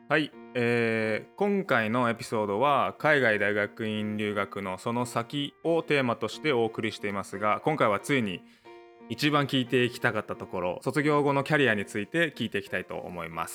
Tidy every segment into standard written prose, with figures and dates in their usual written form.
はい、今回のエピソードは海外大学院留学のその先をテーマとしてお送りしていますが、今回はついに一番聞いていきたかったところ、卒業後のキャリアについて聞いていきたいと思います。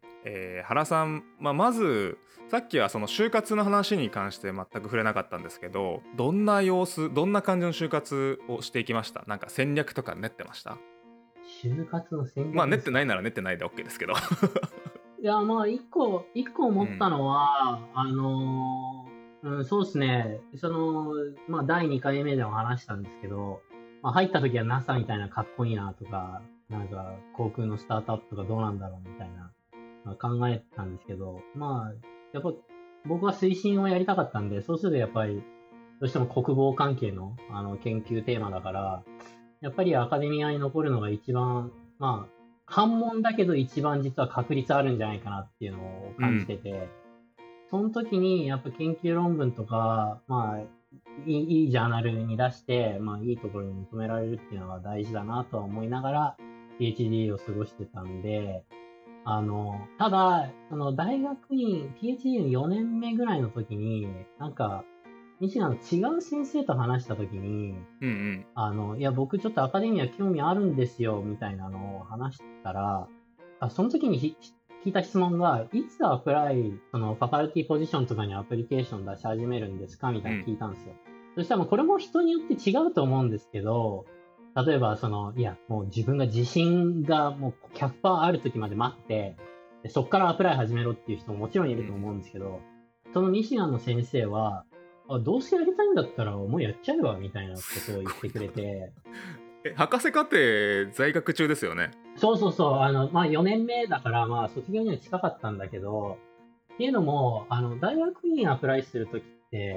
原さん、まずさっきはその就活の話に関して全く触れなかったんですけど、どんな様子、どんな感じの就活をしていきました？なんか戦略とか練ってました？ 就活の戦まあ練ってな略ですか。 いなら練ってないで OK ですけど。 いや、まあ、一個うん。 思ったのは、そうですね。まあ、第2回目でも話したんですけど、まあ、入った時は NASA みたいなかっこいいなとか、なんか、航空のスタートアップがどうなんだろうみたいな、まあ、考えてたんですけど、まあ、やっぱ、僕は推進をやりたかったんで、そうするとやっぱり、どうしても国防関係の、研究テーマだから、やっぱりアカデミアに残るのが一番、まあ、関門だけど一番実は確率あるんじゃないかなっていうのを感じうん。 てて、その時にやっぱ研究論文とか、まあ、いいジャーナルに出して、まあ、いいところに認められるっていうのが大事だなとは思いながら、PhD を過ごしてたんで、ただ、その大学院、PhD の4年目ぐらいの時に、なんか、西野の違う先生と話した時に、 うんうん。 いや、僕ちょっとアカデミア興味あるんですよ、みたいなのを話したら、その時に聞いた質問が、いつアプライ、ファカルティポジションとかにアプリケーション出し始めるんですかみたいなのうん。 聞いたんですよ。そしたらもうこれも人によって違うと思うんですけど、例えばいや、もう自分が自信がもう100%ある時まで待って、でそっからアプライ始めろっていう人ももちろんいると思うんですけど、そのミシガンの先生は、どうせやりたいんだったらもうやっちゃえばみたいなことすを言ってくごいな。 れて、 博士課程在学中ですよね。 そうそうそう、まあ4年目だから、まあ卒業には近かったんだけど、っていうのも、大学院アプライするときって、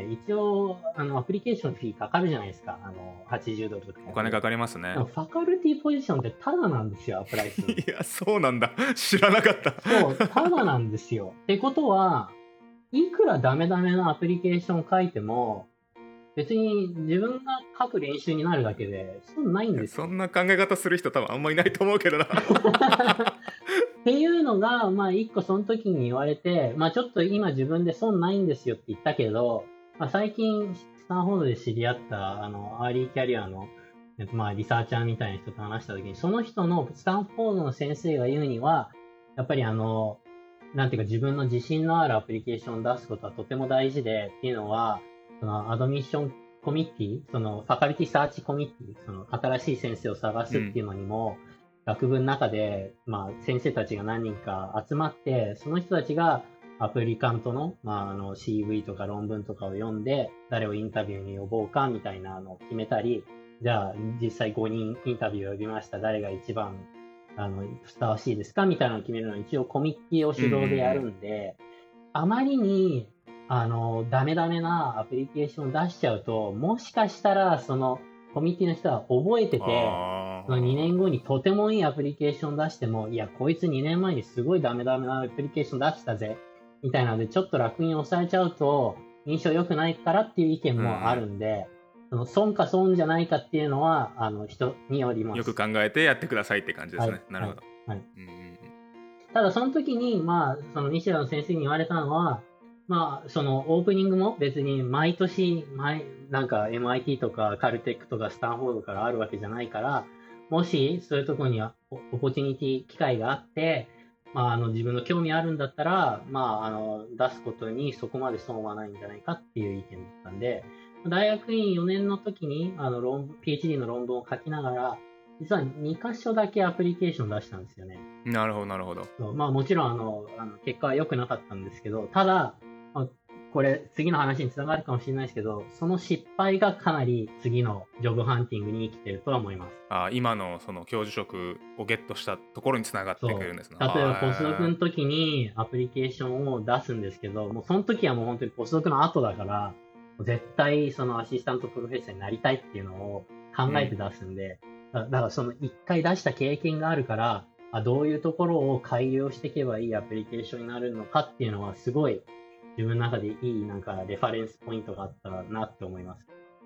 一応、アプリケーションフィーかかるじゃないですか。$80とか100。 お金かかりますね。 でも、ファカルティポジションってタダなんですよ、アプライするの。 いや、そうなんだ。知らなかった。 そう、タダなんですよ。ってことは、いくらダメダメなアプリケーション書いても、別に自分が書く練習になるだけで、そうないいや、 んですよ。 そんな考え方する人多分あんまいないと思うけどな。 っていうのが、まあ一個その時に言われて、まあちょっと今自分で損ないんですよって言ったけど、まあ最近スタンフォードで知り合ったアーリーキャリアの、まあリサーチャーみたいな人と話した時に、その人のスタンフォードの先生が言うには、やっぱりなんていうか自分の自信のあるアプリケーションを出すことはとても大事で、っていうのは、そのアドミッションコミッティ、そのファカルティサーチコミッティ、その新しい先生を探うん。 すっていうのにも、学部の中で、まあ、先生たちが何人か集まって、その人たちがアプリカントの、まあ、CV とか論文とかを読んで、誰をインタビューに呼ぼうかみたいなのを決めたり、じゃあ、実際5人インタビューを呼びました。誰が一番、ふさわしいですかみたいなのを決めるのは一応コミッティをうんうんう主導でやるん。 んで、あまりに、ダメダメなアプリケーションを出しちゃうと、もしかしたら、その、コミュニティの人は覚えてて、その2年ああ。 後にとてもいいアプリケーション出しても、いや、こいつ2年前にすごいダメダメなアプリケーション出したぜ、みたいなので、ちょっと楽に抑えちゃうと、印象良くないからっていう意見うんうもあるん。 んで、その損か損じゃないかっていうのは、人によりまよくす。 考えてやってくださいって感じではい、 すね。なるはい、 ほど。 はい。 うんうんうん。 ただその時に、まあ、その西田の先生に言われたのは、まあ、そのオープニングも別に毎年、なんか MIT とかカルテックとかスタンフォードからあるわけじゃないから、もしそういうところにはオポチュニティ機会があって、まあ、自分の興味あるんだったら、まあ、出すことにそこまで損はないんじゃないかっていう意見だったんで、大学院4年の時に、PhD の論文を書きながら、実は2箇所だけアプリケーション出したんですよね。 なるほどなるほど。 そうまあもちろん結果は良くなかったんですけど、ただ、まあ、これ次の話につながるかもしれないですけど、その失敗がかなり次のジョブハンティングに生きてるとは思います。 今のその教授職をゲットしたところに繋がってくるそんですね。 う。例えばポスドクはの時にアプリケーションを出すんですけど、もうその時はもう本当にポスドクの後だから、絶対そのアシスタントプロフェッサーになりたいっていうのをい。うん。 考えて出すんで、だからその一回出した経験があるから、どういうところを改良していけばいいアプリケーションになるのかっていうのはすごい自分の中でいいなんかレファレンスポイントがあったらなって思います。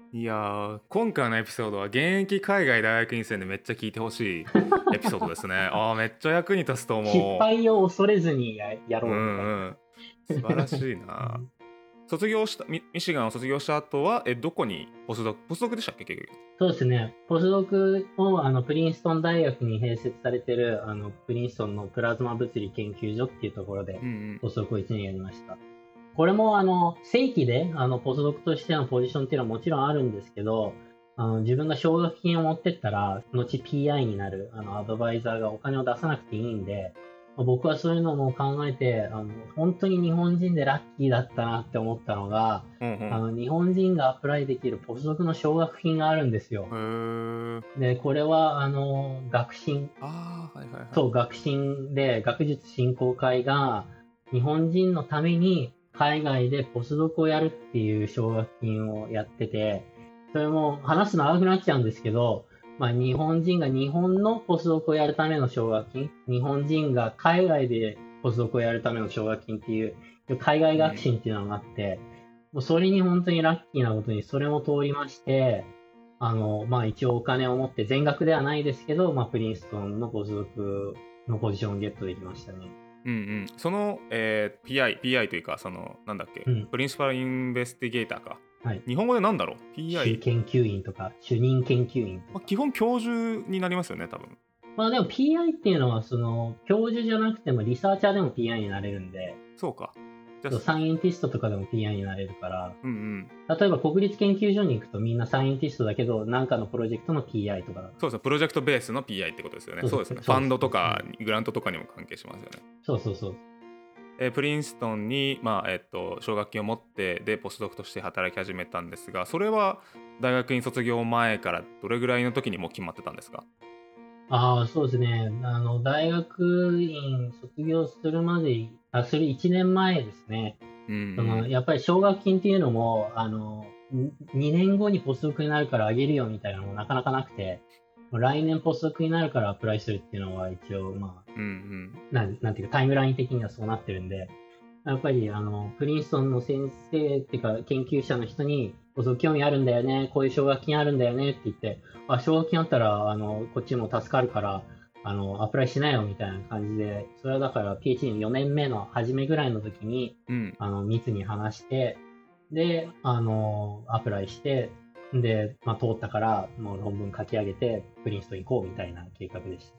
いやー、今回のエピソードは現役海外大学院生でめっちゃ聞いてほしいエピソードですね。ああ、めっちゃ役に立つと失思敗を恐れずにやう。うろうみたいな。 んうん。素晴らしいな。卒業したミシガンを卒業した後はどこにポスドクでしたっけ結局。 そうですね。ポスドクをプリンストン大学に併設されてるプリンストンのプラズマ物理研究所っていうところでうんうん。 ポスドクを1年やりました。これも正規でポスドクとしてのポジションっていうのはもちろんあるんですけど、自分が奨学金を持ってったら、後 PI になるアドバイザーがお金を出さなくていいんで、僕はそういうのも考えて、本当に日本人でラッキーだったなって思ったのが、 うん日本人がアプライできるポスドクの奨学金があるんですよ。 うん。へえ。 で、これは、学信、 ああ、はいはいはい。 そう、学信で学術振興会が日本人のために海外でポスドクをやるっていう奨学金をやってて、それも話すの長くなっちゃうんですけど、まあ日本人が日本のポスドクをやるための奨学金、日本人が海外でポスドクをやるための奨学金っていう海外学信っていうのがあって、もうそれに本当にラッキーなことにそれも通りまして、まあ一応お金を持って全額ではないですけど、まあプリンストンのポスドクのポジションをゲットできましたね。 うんうん。その、PI というか、なんだっけ、 うん。 プリンシパルインベスティゲーターか。 はい。 日本語でなんだろう主 ?PI。 研究員とか、主任研究員とか。 基本教授になりますよね、多分。 まあでも PI っていうのは、教授じゃなくてもリサーチャーでも PI になれるんで、 そうか。じゃあ、 サイエンティストとかでも PI になれるから、 うんうん。 例えば国立研究所に行くとみんなサイエンティストだけど、なんかのプロジェクトの PI とかだ。 そうですね、プロジェクトベースの PI ってことですよね。そうですね。ファンドとかグラントとかにも関係しますよね。 そうそうそう。 プリンストンに、奨学金を持ってでポスドクとして働き始めたんですが、それは大学院卒業前からどれぐらいの時にもう決まってたんですか？ ああ、そうですね。大学院卒業するまで、する1年前ですね。 うんやっぱり奨学金っていうのも、2年後にポスドクになるからあげるよみたいなのもなかなかなくて、来年ポスドクになるからアプライするっていうのは一応、まあ、 うんうんなんていうかタイムライン的にはそうなってるんで、やっぱりプリンストンの先生っていうか研究者の人に、興味あるんだよね、こういう奨学金あるんだよねって言って、奨学金あったら、こっちも助かるから、アプライしなよみたいな感じで、それはだから PhD の4年目の初めぐらいの時に、 うん。 密に話して、で、アプライして、で、まあ、通ったから、もう論文書き上げて、プリンストン行こうみたいな計画でした。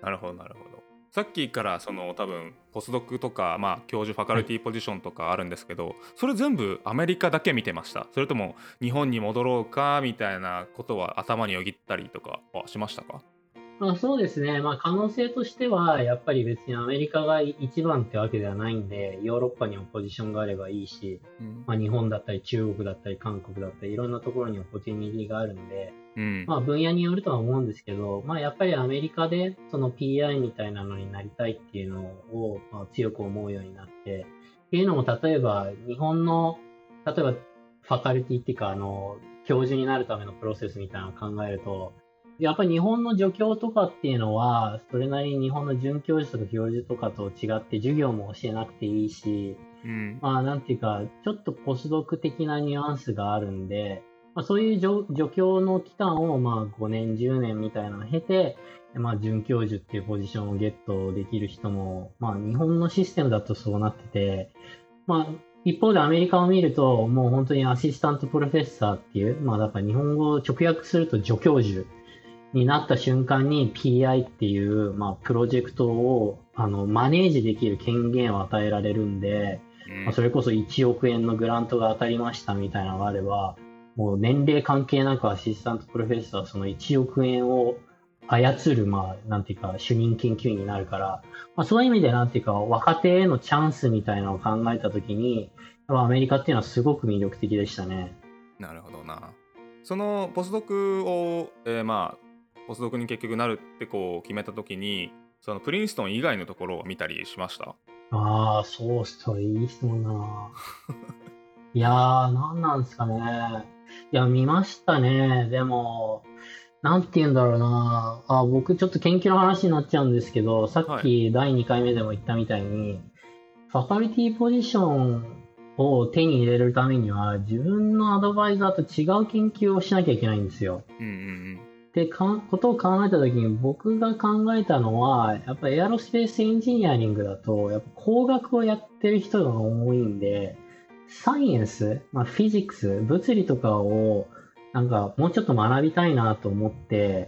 なるほどなるほど。さっきから多分ポスドクとか、教授ファカルティポジションとかあるんですけど、はい、それ全部アメリカだけ見てました？それとも日本に戻ろうかみたいなことは頭によぎったりとかはしましたか？ まあ、そうですね。まあ、可能性としては、やっぱり別にアメリカが一番ってわけではないんで、ヨーロッパにもポジションがあればいいし、まあ、日本だったり中国だったり韓国だったり、いろんなところにオポチュニティがあるんで、まあ、分野によるとは思うんですけど、まあ、やっぱりアメリカでその PI みたいなのになりたいっていうのを、まあ、強く思うようになって、っていうのも例えば、日本の、例えば、ファカルティっていうか、教授になるためのプロセスみたいなのを考えると、やっぱり日本の助教とかっていうのは、それなりに日本の准教授とか教授とかと違って授業も教えなくていいし、まあなんていうか、ちょっとポスドク的なニュアンスがあるんで、まあ、そういう助教の期間をまあ5年、10年みたいなのを経て、まあ准教授っていうポジションをゲットできる人も、まあ日本のシステムだとそうなってて、まあ一方でアメリカを見ると、もう本当にアシスタントプロフェッサーっていう、まあだから日本語を直訳すると助教授になった瞬間に PI っていう、まあ、プロジェクトをマネージできる権限を与えられるんで、まあ、それこそ1億円のグラントが当たりましたみたいなのがあれば、もう年齢関係なくアシスタントプロフェッサーはその1億円を操る、まあ、なんていうか、主任研究員になるから、まあ、そういう意味でなんていうか、若手へのチャンスみたいなのを考えたときに、アメリカっていうのはすごく魅力的でしたね。 なるほどな。そのポスドクを、まあポスドクに結局なるってこう決めた時に、そのプリンストン以外のところを見たりしました？ ああ、そうっす。それいい質問だな。いやー、なんなんですかね。いや、見ましたね。でも、なんて言うんだろうな。僕ちょっと研究の話になっちゃうんですけど、さっき第2回目でも言ったみたいに、ファカルティポジションを手に入れるためには、自分のアドバイザーと違う研究をしなきゃいけないんですよ。 うんうんってことを考えたときに、僕が考えたのは、やっぱエアロスペースエンジニアリングだと、やっぱ工学をやってる人が多いんで、サイエンス、フィジックス、物理とかを、なんかもうちょっと学びたいなと思って、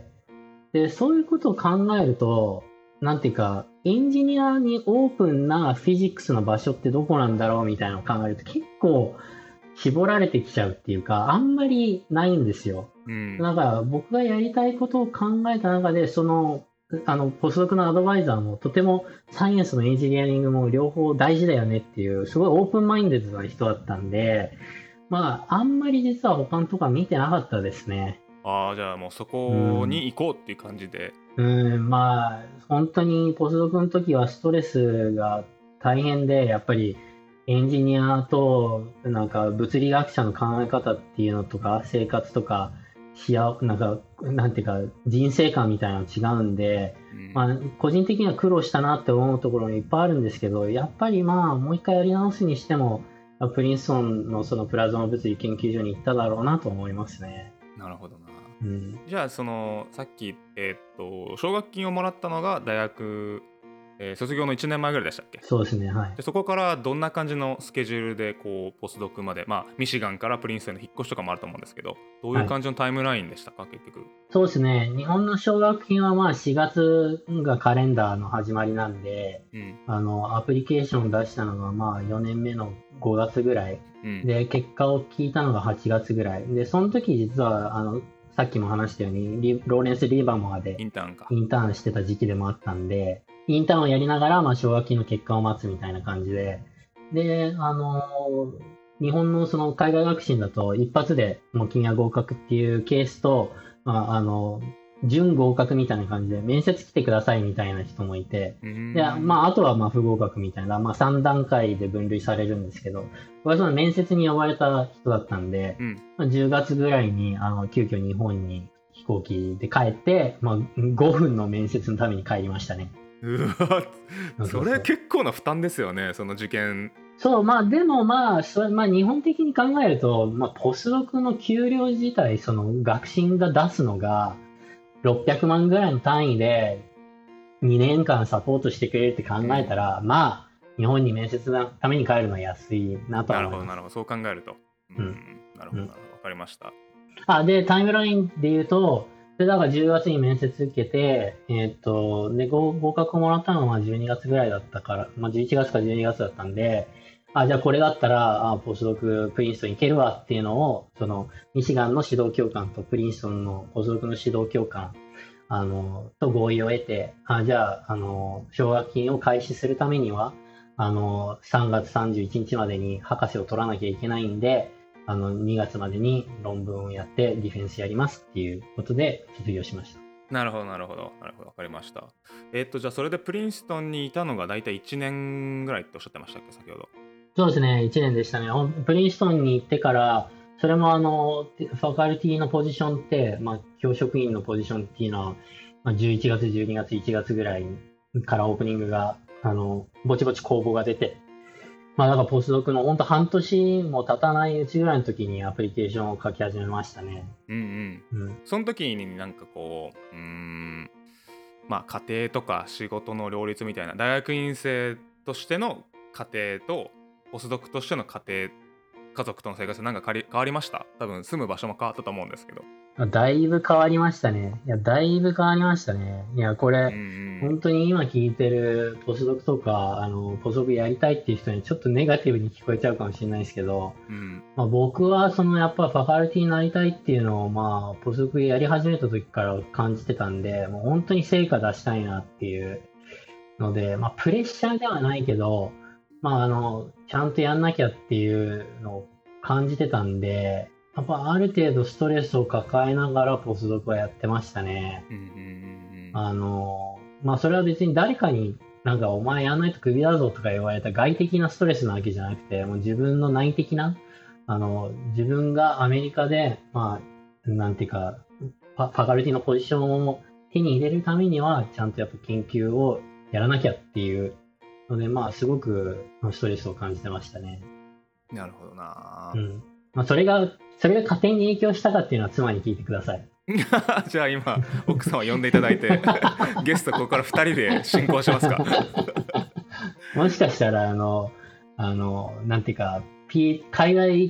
で、そういうことを考えると、なんていうか、エンジニアにオープンなフィジックスの場所ってどこなんだろうみたいなのを考えると結構絞られてきちゃうっていうか、あんまりないんですよ。 うん。 だから僕がやりたいことを考えた中で、ポスドクのアドバイザーもとてもサイエンスのエンジニアリングも両方大事だよねっていう、すごいオープンマインデッドな人だったんで、あんまり実は他のとこは見てなかったですね。 ああ、じゃあもうそうこん。 に行こうっていう感じで。 本当にポスドクの時はストレスが大変で、やっぱりエンジニアとなんか物理学者の考え方っていうのとか、生活とか、なんていうか、人生観みたいなの違うんで、 うん。 個人的には苦労したなって思うところもいっぱいあるんですけど、やっぱりもう一回やり直すにしても、プリンストンのそのプラズマ物理研究所に行っただろうなと思いますね。 なるほどな。 うん。 じゃあそのさっき奨学金をもらったのが大学、卒業の1年前ぐらいでしたっけ？ そうですね、はい。 でそこからどんな感じのスケジュールでこうポスドクまで、ミシガンからプリンストンの引っ越しとかもあると思うんですけど、どういうはい。 感じのタイムラインでしたか結局？ そうですね。日本の奨学金は4月がカレンダーの始まりなんで、 うん。 アプリケーションを出したのが4年目の5月ぐらい。 うん。 で、結果を聞いたのが8月ぐらい。で、その時実は、さっきも話したように、ローレンス・リーバモアでインターンか。 インターンしてた時期でもあったんで、インターンをやりながら、奨学金の結果を待つみたいな感じで、で、日本のその海外学習だと一発でもう君は合格っていうケースと、準合格みたいな感じで面接来てくださいみたいな人もいて、 うーで、 ん。 あとは不合格みたいな、3段階で分類されるんですけど、僕はその面接に呼ばれた人だったんで、 うん。 10月ぐらいに、急遽日本に飛行機で帰って、5分の面接のために帰りましたね。 うわ、それそうそうそう。 結構な負担ですよね、その受験。 そう、でも日本的に考えると、ポスドクの給料自体、その学信が出すのが、600万ぐらいの単位で2年間サポートしてくれるって考うん。 えたら、日本に面接のために帰るのは安いなとはなるほど、 思います。 なるほど。そう考えると。ううん。 ん。なるほど、 うん。 なるほど。わかりました。 で、タイムラインで言うと、で、だから10月に面接受けて、で、合格をもらったのは12月ぐらいだったから、11月か12月だったんで、じゃあこれだったら、ポスドクプリンストン行けるわっていうのを、ミシガンの指導教官とプリンストンのポスドクの指導教官、と合意を得て、じゃあ、奨学金を開始するためには、3月31日までに博士を取らなきゃいけないんで、2月までに論文をやってディフェンスやりますっていうことで卒業しました。 なるほど、なるほど。なるほど。わかりました。じゃあそれでプリンストンにいたのが大体1年ぐらいっておっしゃってましたっけ、先ほど？ そうですね、1年でしたね。プリンストンに行ってから、それもファカルティのポジションって、教職員のポジションっていうのは、11月、12月、1月ぐらいからオープニングが、ぼちぼち公募が出て、だからポスドクの本当半年も経たないうちぐらいの時にアプリケーションを書き始めましたね。 うんうん。 うん。 その時になんかこう、家庭とか仕事の両立みたいな、大学院生としての家庭と、ポスドクとしての家庭、家族との生活なんか変わりました？多分住む場所も変わったと思うんですけど。 だいぶ変わりましたね。いや、だいぶ変わりましたね。いや、こうんうれ、 ん。 本当に今聞いてるポスドクとか、ポスドクやりたいっていう人にちょっとネガティブに聞こえちゃうかもしれないですけど、 うん。 僕はやっぱファカルティになりたいっていうのをポスドクやり始めた時から感じてたんで、もう本当に成果出したいなっていうので、プレッシャーではないけど、ちゃんとやんなきゃっていうのを感じてたんで、やっぱある程度ストレスを抱えながらポスドクはやってましたね。 うんうんうんそれは別に誰かになんかお前やんないとクビだぞとか言われた外的なストレスなわけじゃなくて、もう自分の内的な、自分がアメリカで、なんていうか、ファカルティのポジションを手に入れるためには、ちゃんとやっぱ研究をやらなきゃっていうので、すごくストレスを感じてましたね。 なるほどな、 まあ、それが家庭に影響したかっていうのは妻に聞いてください。 じゃあ今奥様呼んでいただいてゲストここから2人で進行しますか？ もしかしたら、なんていうか、海外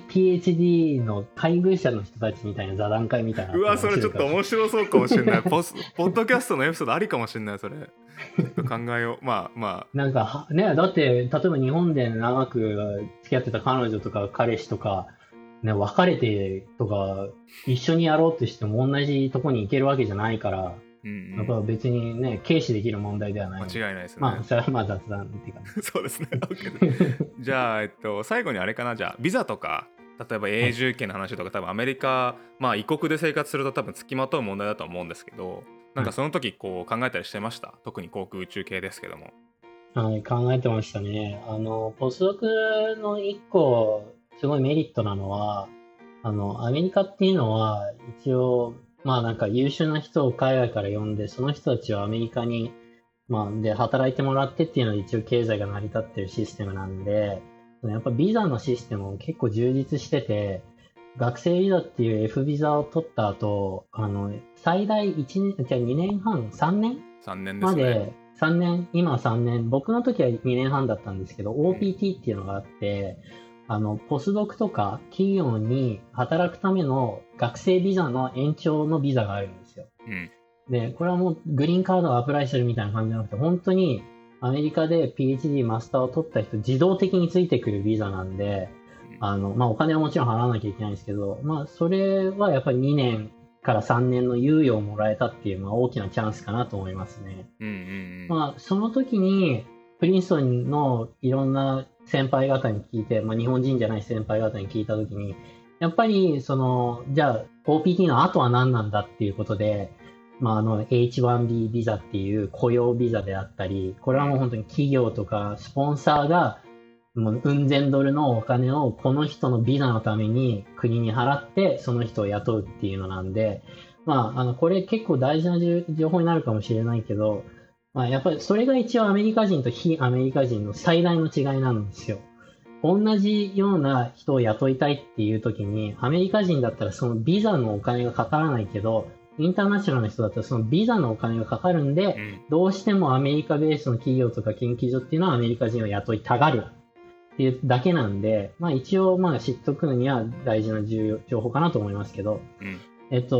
PhD の配偶者の人たちみたいな座談会みたいな。 うわ、それちょっと面白そうかもしれない。ポッドキャストのエピソードありかもしれない、それ。ちょっと考えよう。まあ。 なんか、ね、だって、例えば日本で長く付き合ってた彼女とか彼氏とか、ね、別れてとか、一緒にやろうとしても同じとこに行けるわけじゃないから、やっぱ別にね、軽視できる問題ではない。 間違いないですね。 まあ、それはまあ雑談っていうか。 そうですね。じゃあ、最後にあれかな、じゃあ、ビザとか、例えば永住権の話とか、多分アメリカ、まあ異国で生活すると多分付きまとう問題だと思うんですけど、なんかその時こう考えたりしてました？特に航空宇宙系ですけども。 はい、考えてましたね。ポスドクの一個、すごいメリットなのは、アメリカっていうのは、一応、まあなんか優秀な人を海外から呼んで、その人たちをアメリカに、まあ、で働いてもらってっていうので一応経済が成り立ってるシステムなんで、やっぱビザのシステムも結構充実してて、学生ビザっていう F ビザを取った後、最大1年、じゃあ2年半、3年 ?3 年ですまね。 で、3年、今は3年、僕の時は2年半だったんですけど、OPT っていうのがあって、ポスドクとか企業に働くための学生ビザの延長のビザがあるんですよ。で、これはもうグリーンカードをアプライするみたいな感じじゃなくて、本当にアメリカで PhD マスターを取った人自動的についてくるビザなんで、まあお金はもちろん払わなきゃいけないんですけど、まあそれはやっぱり2年から3年の猶予をもらえたっていうのは大きなチャンスかなと思いますね。まあその時にプリンストンのいろんな先輩方に聞いて、まあ日本人じゃない先輩方に聞いた時に、やっぱりじゃあ OPT の後は何なんだっていうことで、まあ、H1B ビザっていう雇用ビザであったり、これはもう本当に企業とかスポンサーが、もううん千ドルのお金をこの人のビザのために国に払ってその人を雇うっていうのなんで、まあ、これ結構大事な情報になるかもしれないけど、まあ、やっぱりそれが一応アメリカ人と非アメリカ人の最大の違いなんですよ。同じような人を雇いたいっていう時に、アメリカ人だったらそのビザのお金がかからないけど、インターナショナルな人だったらそのビザのお金がかかるんで、どうしてもアメリカベースの企業とか研究所っていうのはアメリカ人を雇いたがるっていうだけなんで、まあ一応まあ知っとくのには大事な情報かなと思いますけど、じゃあ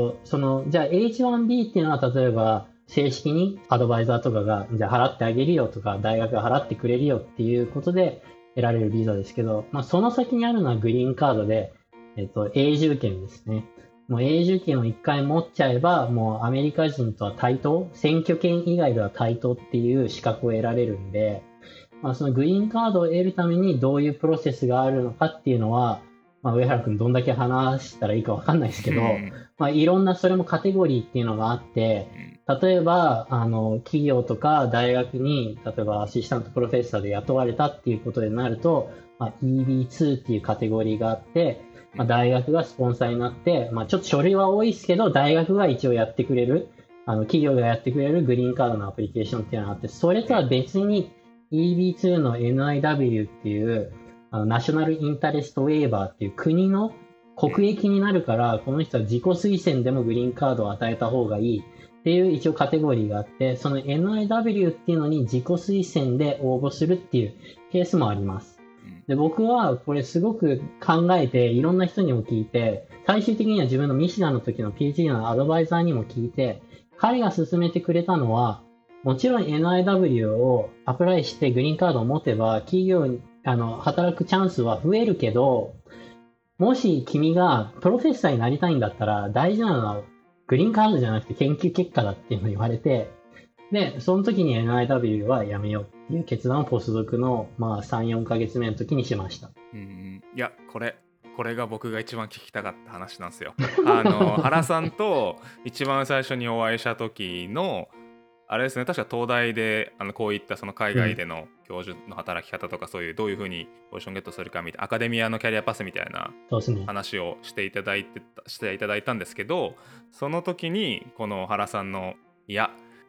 H1B っていうのは例えば正式にアドバイザーとかがじゃあ払ってあげるよとか大学が払ってくれるよっていうことで得られるビザですけど、まあその先にあるのはグリーンカードで、永住権ですね。もう永住権を一回持っちゃえば、もうアメリカ人とは対等、選挙権以外では対等っていう資格を得られるんで、まあ、そのグリーンカードを得るためにどういうプロセスがあるのかっていうのは、まあ、上原くんどんだけ話したらいいかわかんないですけど、まあ、いろんなそれもカテゴリーっていうのがあって、例えば、企業とか大学に、例えばアシスタントプロフェッサーで雇われたっていうことになると、まあ、EB2 っていうカテゴリーがあって、まあ、大学がスポンサーになって、まあ、ちょっと書類は多いですけど、大学が一応やってくれる、企業がやってくれるグリーンカードのアプリケーションっていうのがあって、それとは別に EB2 の NIW っていう、ナショナルインタレストウェーバーっていう国の国益になるから、この人は自己推薦でもグリーンカードを与えた方がいいっていう一応カテゴリーがあって、その NIW っていうのに自己推薦で応募するっていうケースもあります。で、僕はこれすごく考えて、いろんな人にも聞いて、最終的には自分のミシガンの時の PhD のアドバイザーにも聞いて、彼が勧めてくれたのは、もちろん NIW をアプライしてグリーンカードを持てば、企業に、働くチャンスは増えるけど、もし君がプロフェッサーになりたいんだったら、大事なのはグリーンカードじゃなくて研究結果だっていうのを言われて、で、その時に NIW はやめようっていう決断をポスドクの、まあ、3、4ヶ月目の時にしました。 いや、これが僕が一番聞きたかった話なんですよ。原さんと一番最初にお会いした時のあれですね、確か東大でこういったその海外での教授の働き方とか、そういうどういうふうにポジションゲットするかみたいなアカデミアのキャリアパスみたいな話をしていただいたんですけど、その時にこの原さんのいや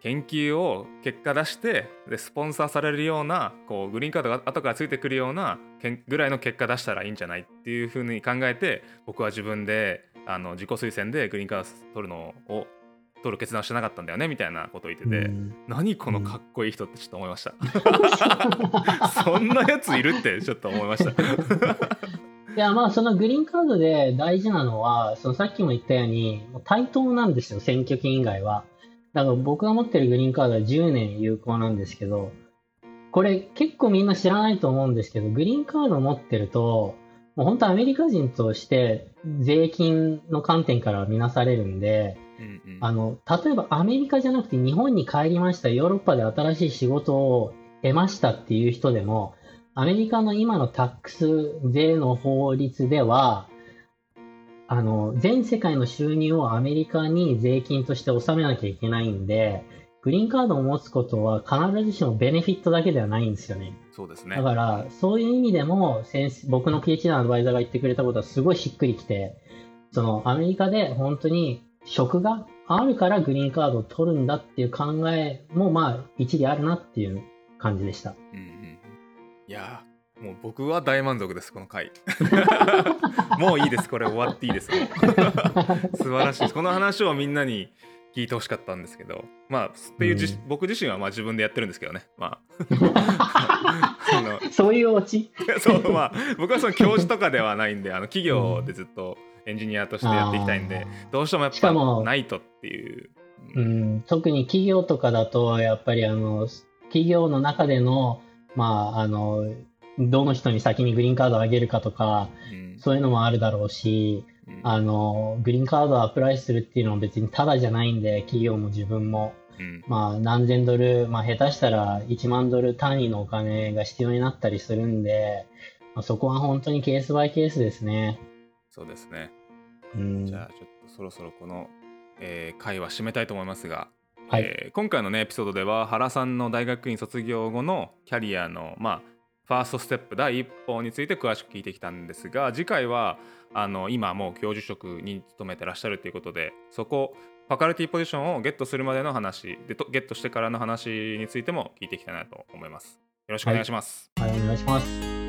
研究を結果出してでスポンサーされるようなこうグリーンカードが後からついてくるようなぐらいの結果出したらいいんじゃないっていうふうに考えて、僕は自分で自己推薦でグリーンカード取る決断をしてなかったんだよねみたいなことを言ってて、何このかっこいい人ってちょっと思いました。そんなやついるってちょっと思いました。 いや、まあ、そのグリーンカードで大事なのは、そのさっきも言ったように、対等なんですよ、選挙権以外は。だから僕が持ってるグリーンカードは10年有効なんですけど、これ結構みんな知らないと思うんですけど、グリーンカードを持ってると、もう本当アメリカ人として税金の観点から見なされるんで、例えばアメリカじゃなくて日本に帰りました、ヨーロッパで新しい仕事を得ましたっていう人でも、アメリカの今のタックス税の法律では、全世界の収入をアメリカに税金として納めなきゃいけないんで、グリーンカードを持つことは必ずしもベネフィットだけではないんですよね。 そうですね。 だから、そういう意味でも、僕の PhD のアドバイザーが言ってくれたことはすごいしっくりきて、そのアメリカで本当に職があるからグリーンカードを取るんだっていう考えもまあ一理あるなっていう感じでした。 いやもう僕は大満足です、この回。もういいです、これ終わっていいです。素晴らしいです。この話をみんなに聞いてほしかったんですけど、まあっていう僕自身はまあ自分でやってるんですけどね、まあそういうオチそう、まあ僕はその教授とかではないんで、企業でずっとエンジニアとしてやっていきたいんで、どうしてもやっぱないとっていう、 特に企業とかだとやっぱり企業の中でのまあどの人に先にグリーンカードをあげるかとか、そういうのもあるだろうし、グリーンカードをアプライするっていうのは別にタダじゃないんで、企業も自分も、まあ何千ドル、まあ下手したら1万ドル単位のお金が必要になったりするんで、まあ、そこは本当にケースバイケースですね。 そうですね。じゃあちょっとそろそろこの、回は締めたいと思いますが、はい、今回のねエピソードでは原さんの大学院卒業後のキャリアのまあファーストステップ第一歩について詳しく聞いてきたんですが、次回は今もう教授職に勤めてらっしゃるということで、そこファカルティポジションをゲットするまでの話でゲットしてからの話についても聞いていきたいなと思います。よろしくお願いします。 はい、お願いします。